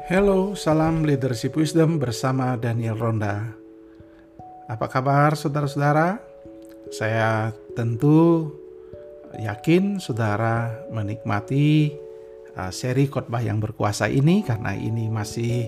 Hello, salam leadership wisdom bersama Daniel Ronda. Apa kabar saudara-saudara? Saya tentu yakin saudara menikmati seri khotbah yang berkuasa ini karena ini masih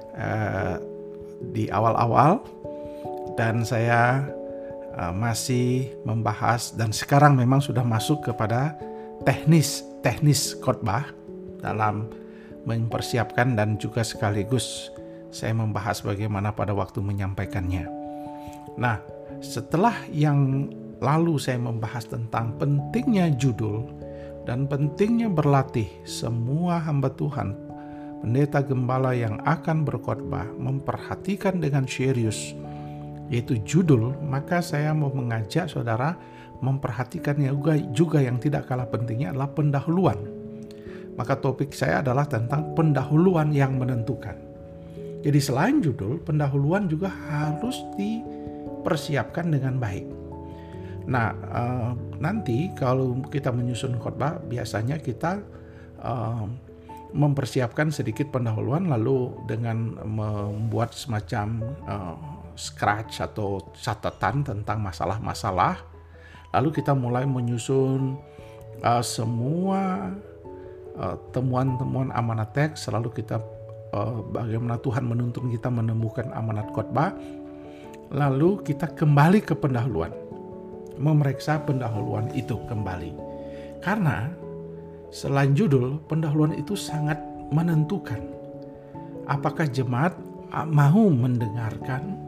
di awal-awal dan saya masih membahas dan sekarang memang sudah masuk kepada teknis khotbah dalam mempersiapkan dan juga sekaligus saya membahas bagaimana pada waktu menyampaikannya. Nah, setelah yang lalu saya membahas tentang pentingnya judul dan pentingnya berlatih semua hamba Tuhan, pendeta gembala yang akan berkhotbah memperhatikan dengan serius yaitu judul, maka saya mau mengajak saudara memperhatikannya juga yang tidak kalah pentingnya adalah pendahuluan. Maka topik saya adalah tentang pendahuluan yang menentukan. Jadi selain judul, pendahuluan juga harus dipersiapkan dengan baik. Nah, nanti kalau kita menyusun khotbah, biasanya kita mempersiapkan sedikit pendahuluan lalu dengan membuat semacam scratch atau catatan tentang masalah-masalah. Lalu kita mulai menyusun semua temuan-temuan amanat teks, selalu kita bagaimana Tuhan menuntun kita menemukan amanat khotbah, lalu kita kembali ke pendahuluan, memeriksa pendahuluan itu kembali. Karena selain judul, pendahuluan itu sangat menentukan apakah jemaat mau mendengarkan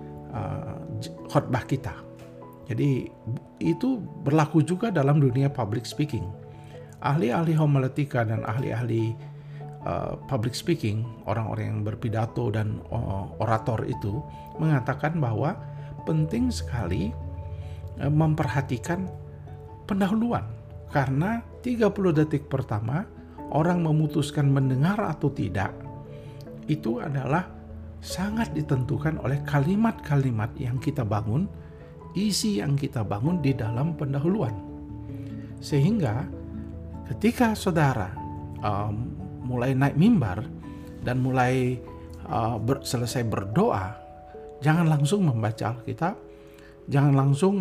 khotbah kita. Jadi itu berlaku juga dalam dunia public speaking. Ahli-ahli homiletika dan ahli-ahli public speaking, orang-orang yang berpidato dan orator itu mengatakan bahwa penting sekali memperhatikan pendahuluan. Karena 30 detik pertama orang memutuskan mendengar atau tidak, itu adalah sangat ditentukan oleh kalimat-kalimat yang kita bangun, isi yang kita bangun di dalam pendahuluan. Sehingga ketika saudara mulai naik mimbar dan mulai selesai berdoa, jangan langsung membaca Alkitab, jangan langsung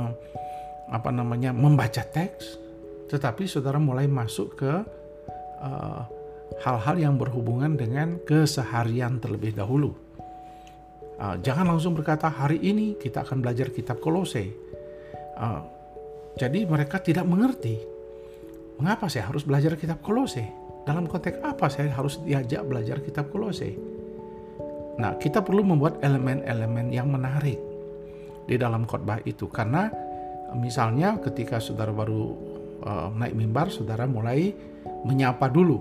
membaca teks, tetapi saudara mulai masuk ke hal-hal yang berhubungan dengan keseharian terlebih dahulu. Jangan langsung berkata hari ini kita akan belajar kitab Kolose. Jadi mereka tidak mengerti. Mengapa saya harus belajar kitab Kolose? Dalam konteks apa saya harus diajak belajar kitab Kolose? Nah, kita perlu membuat elemen-elemen yang menarik di dalam khotbah itu. Karena misalnya ketika saudara baru naik mimbar, saudara mulai menyapa dulu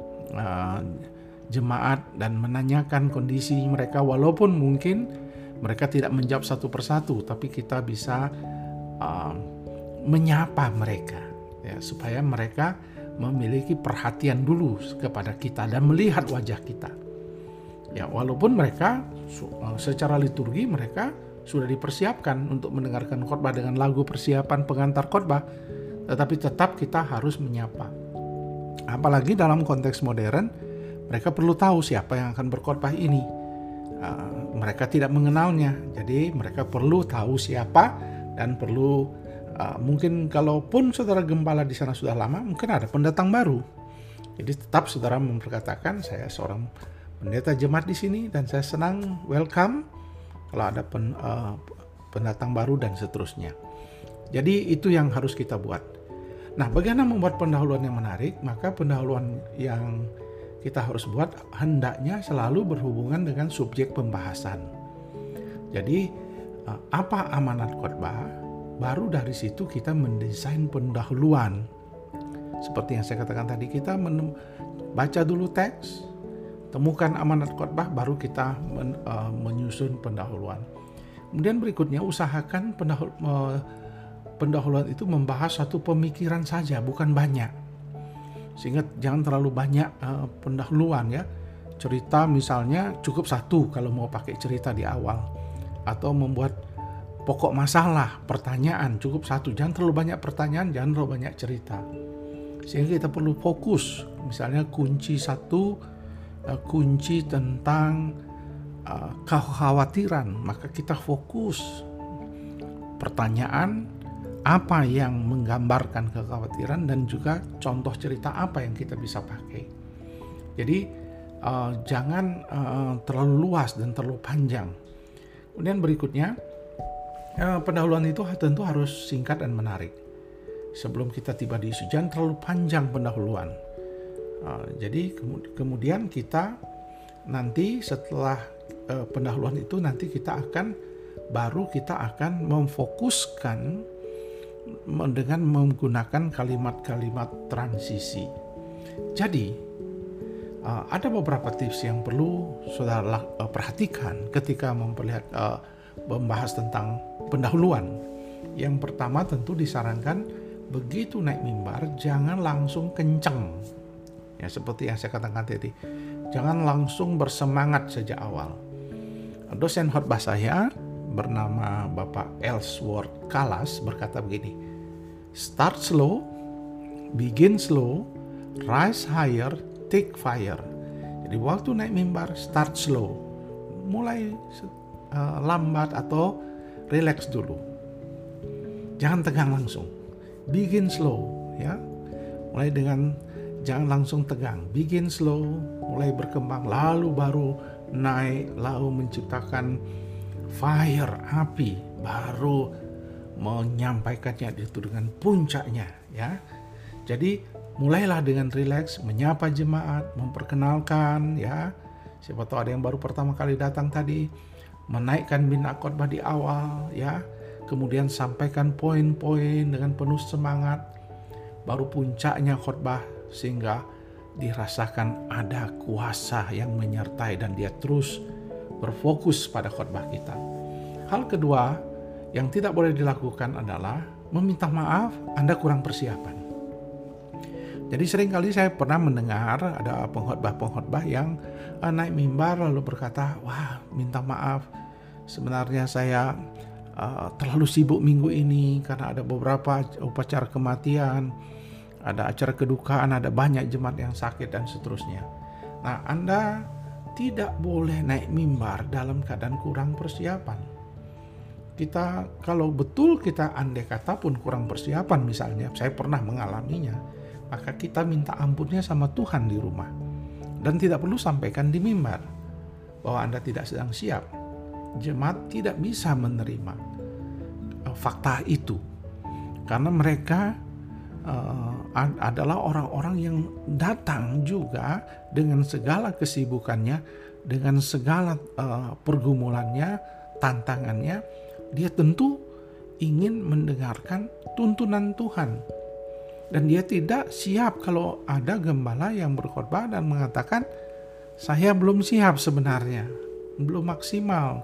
jemaat dan menanyakan kondisi mereka, walaupun mungkin mereka tidak menjawab satu persatu, tapi kita bisa menyapa mereka. Ya, supaya mereka memiliki perhatian dulu kepada kita dan melihat wajah kita. Ya, walaupun mereka secara liturgi mereka sudah dipersiapkan untuk mendengarkan khotbah dengan lagu persiapan pengantar khotbah, tetapi tetap kita harus menyapa. Apalagi dalam konteks modern, mereka perlu tahu siapa yang akan berkhotbah ini. Mereka tidak mengenalnya, jadi mereka perlu tahu siapa dan perlu mungkin kalaupun saudara gembala di sana sudah lama, mungkin ada pendatang baru. Jadi tetap saudara memperkatakan saya seorang pendeta jemaat di sini dan saya senang welcome kalau ada pendatang baru dan seterusnya. Jadi itu yang harus kita buat. Nah, bagaimana membuat pendahuluan yang menarik? Maka pendahuluan yang kita harus buat hendaknya selalu berhubungan dengan subjek pembahasan. Jadi apa amanat khotbah? Baru dari situ kita mendesain pendahuluan. Seperti yang saya katakan tadi, kita baca dulu teks, temukan amanat khotbah, baru kita menyusun pendahuluan. Kemudian berikutnya usahakan pendahuluan itu membahas satu pemikiran saja, bukan banyak. Sehingga jangan terlalu banyak pendahuluan ya. Cerita misalnya cukup satu kalau mau pakai cerita di awal. Atau membuat pokok masalah, pertanyaan cukup satu. Jangan terlalu banyak pertanyaan, jangan terlalu banyak cerita. Sehingga kita perlu fokus. Misalnya kunci satu kunci tentang kekhawatiran, maka kita fokus pertanyaan apa yang menggambarkan kekhawatiran dan juga contoh cerita apa yang kita bisa pakai. Jadi jangan terlalu luas dan terlalu panjang. Kemudian berikutnya, pendahuluan itu tentu harus singkat dan menarik. Sebelum kita tiba di isu, jangan terlalu panjang pendahuluan. Jadi kemudian kita nanti setelah pendahuluan itu nanti kita akan memfokuskan dengan menggunakan kalimat-kalimat transisi. Jadi ada beberapa tips yang perlu saudara perhatikan ketika membahas tentang pendahuluan. Yang pertama tentu disarankan begitu naik mimbar jangan langsung kenceng. Ya, seperti yang saya katakan tadi, jangan langsung bersemangat sejak awal. Dosen khotbah saya bernama Bapak Ellsworth Kalas berkata begini, start slow, begin slow, rise higher, take fire. Jadi waktu naik mimbar start slow, mulai lambat atau relax dulu, jangan tegang langsung. Begin slow, ya, mulai dengan jangan langsung tegang, begin slow, mulai berkembang, lalu baru naik, lalu menciptakan fire, api, baru menyampaikannya itu dengan puncaknya, ya. Jadi mulailah dengan rileks, menyapa jemaat, memperkenalkan, ya. Siapa tahu ada yang baru pertama kali datang tadi, menaikkan bina khotbah di awal, ya. Kemudian sampaikan poin-poin dengan penuh semangat, baru puncaknya khotbah sehingga dirasakan ada kuasa yang menyertai dan dia terus berfokus pada khotbah kita. Hal kedua yang tidak boleh dilakukan adalah meminta maaf Anda kurang persiapan. Jadi seringkali saya pernah mendengar ada pengkhotbah yang naik mimbar lalu berkata, wah minta maaf sebenarnya saya terlalu sibuk minggu ini karena ada beberapa upacara kematian, ada acara kedukaan, ada banyak jemaat yang sakit dan seterusnya. Nah, Anda tidak boleh naik mimbar dalam keadaan kurang persiapan. Kalau betul kita andai kata pun kurang persiapan misalnya, saya pernah mengalaminya, maka kita minta ampunnya sama Tuhan di rumah. Dan tidak perlu sampaikan di mimbar bahwa Anda tidak sedang siap. Jemaat tidak bisa menerima fakta itu. Karena mereka adalah orang-orang yang datang juga dengan segala kesibukannya, dengan segala pergumulannya, tantangannya. Dia tentu ingin mendengarkan tuntunan Tuhan. Dan dia tidak siap kalau ada gembala yang berkhotbah dan mengatakan, saya belum siap sebenarnya, belum maksimal.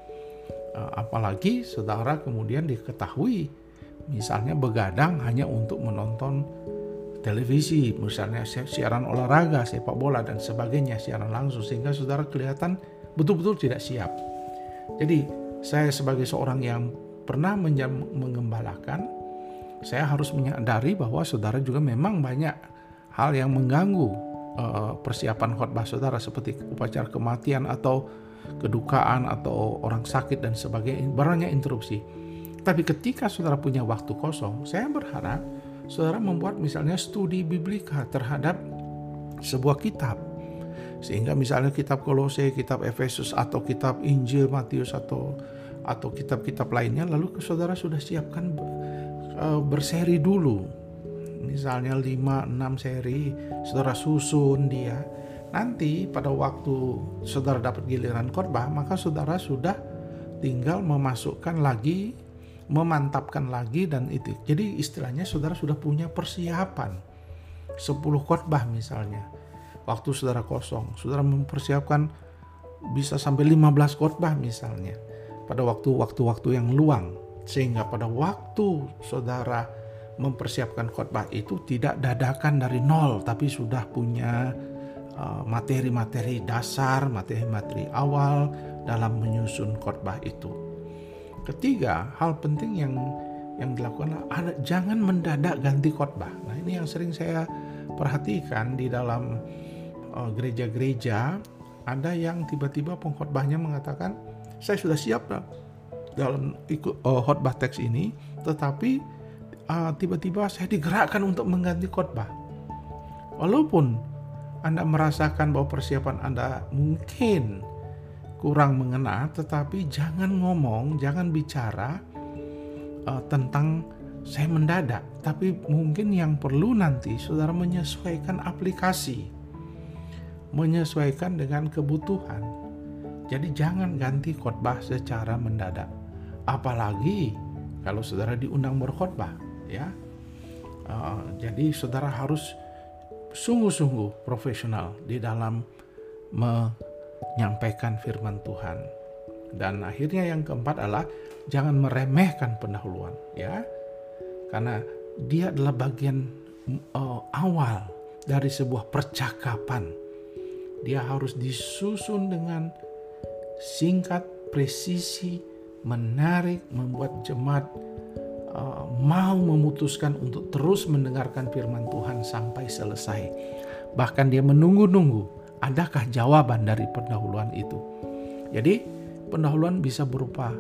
Apalagi saudara kemudian diketahui misalnya begadang hanya untuk menonton televisi, misalnya siaran olahraga, sepak bola dan sebagainya, siaran langsung, sehingga saudara kelihatan betul-betul tidak siap. Jadi saya sebagai seorang yang pernah mengembalakan, saya harus menyadari bahwa saudara juga memang banyak hal yang mengganggu persiapan khotbah saudara, seperti upacara kematian atau kedukaan atau orang sakit dan sebagainya, banyak interupsi. Tapi ketika saudara punya waktu kosong, saya berharap saudara membuat misalnya studi biblika terhadap sebuah kitab. Sehingga misalnya kitab Kolose, kitab Efesus, atau kitab Injil Matius, atau kitab-kitab lainnya, lalu saudara sudah siapkan berseri dulu. Misalnya 5-6 seri, saudara susun dia. Nanti pada waktu saudara dapat giliran khotbah, maka saudara sudah tinggal memasukkan lagi, memantapkan lagi, dan itu. Jadi istilahnya saudara sudah punya persiapan 10 khotbah misalnya. Waktu saudara kosong, saudara mempersiapkan bisa sampai 15 khotbah misalnya pada waktu-waktu yang luang, sehingga pada waktu saudara mempersiapkan khotbah itu tidak dadakan dari nol, tapi sudah punya materi-materi dasar, materi-materi awal dalam menyusun khotbah itu. Ketiga, hal penting yang dilakukan adalah jangan mendadak ganti khotbah. Nah, ini yang sering saya perhatikan di dalam gereja-gereja ada yang tiba-tiba pengkhotbahnya mengatakan, saya sudah siap dalam ikut khotbah teks ini, tetapi tiba-tiba saya digerakkan untuk mengganti khotbah. Walaupun Anda merasakan bahwa persiapan Anda mungkin kurang mengena, tetapi jangan ngomong, jangan bicara tentang saya mendadak. Tapi mungkin yang perlu nanti saudara menyesuaikan aplikasi, menyesuaikan dengan kebutuhan. Jadi jangan ganti khotbah secara mendadak. Apalagi kalau saudara diundang berkhotbah, ya. Jadi saudara harus sungguh-sungguh profesional di dalam menyampaikan firman Tuhan. Dan akhirnya yang keempat adalah jangan meremehkan pendahuluan, ya. Karena dia adalah bagian awal dari sebuah percakapan. Dia harus disusun dengan singkat, presisi, menarik, membuat jemaat mau memutuskan untuk terus mendengarkan firman Tuhan sampai selesai. Bahkan dia menunggu-nunggu adakah jawaban dari pendahuluan itu. Jadi pendahuluan bisa berupa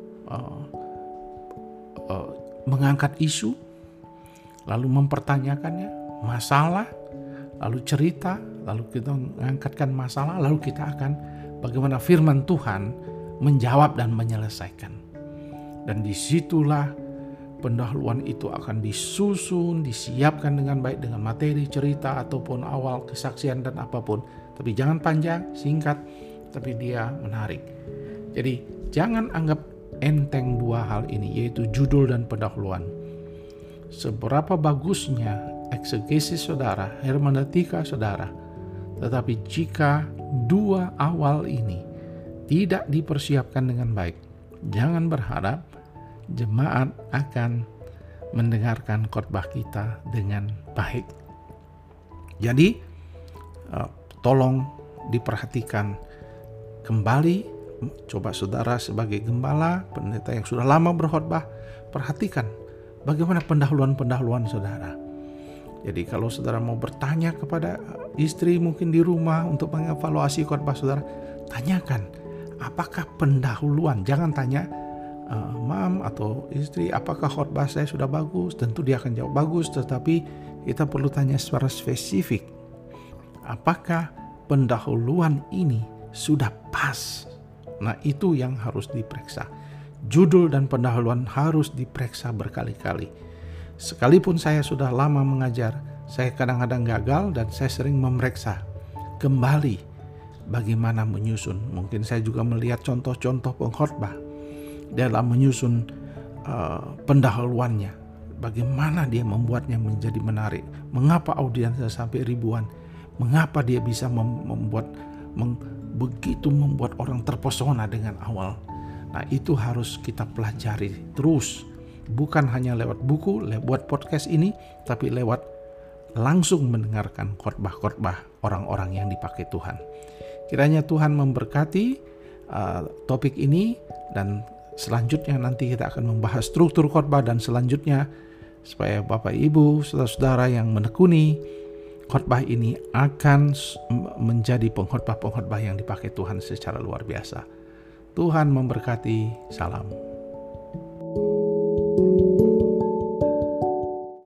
mengangkat isu, lalu mempertanyakannya, masalah, lalu cerita, lalu kita mengangkatkan masalah, lalu kita akan bagaimana firman Tuhan menjawab dan menyelesaikan. Dan disitulah pendahuluan itu akan disusun, disiapkan dengan baik dengan materi, cerita, ataupun awal kesaksian dan apapun. Tapi jangan panjang, singkat, tapi dia menarik. Jadi jangan anggap enteng dua hal ini, yaitu judul dan pendahuluan. Seberapa bagusnya eksegesis saudara, hermeneutika saudara, tetapi jika dua awal ini tidak dipersiapkan dengan baik, jangan berharap jemaat akan mendengarkan khotbah kita dengan baik. Jadi tolong diperhatikan kembali. Coba saudara sebagai gembala, pendeta yang sudah lama berkhotbah, perhatikan bagaimana pendahuluan saudara. Jadi kalau saudara mau bertanya kepada istri mungkin di rumah untuk mengevaluasi khotbah saudara, tanyakan apakah pendahuluan. Jangan tanya, mam atau istri, apakah khotbah saya sudah bagus? Tentu dia akan jawab bagus, tetapi kita perlu tanya secara spesifik. Apakah pendahuluan ini sudah pas? Nah, itu yang harus diperiksa. Judul dan pendahuluan harus diperiksa berkali-kali. Sekalipun saya sudah lama mengajar, saya kadang-kadang gagal dan saya sering memeriksa kembali bagaimana menyusun. Mungkin saya juga melihat contoh-contoh pengkhotbah dalam menyusun pendahuluannya. Bagaimana dia membuatnya menjadi menarik. Mengapa audiensnya sampai ribuan. Mengapa dia bisa begitu membuat orang terpesona dengan awal. Nah, itu harus kita pelajari terus. Bukan hanya lewat buku, lewat podcast ini, tapi lewat langsung mendengarkan khotbah-khotbah orang-orang yang dipakai Tuhan. Kiranya Tuhan memberkati topik ini, dan selanjutnya nanti kita akan membahas struktur khotbah, dan selanjutnya supaya Bapak Ibu, saudara-saudara yang menekuni khotbah ini akan menjadi pengkhotbah-pengkhotbah yang dipakai Tuhan secara luar biasa. Tuhan memberkati. Salam.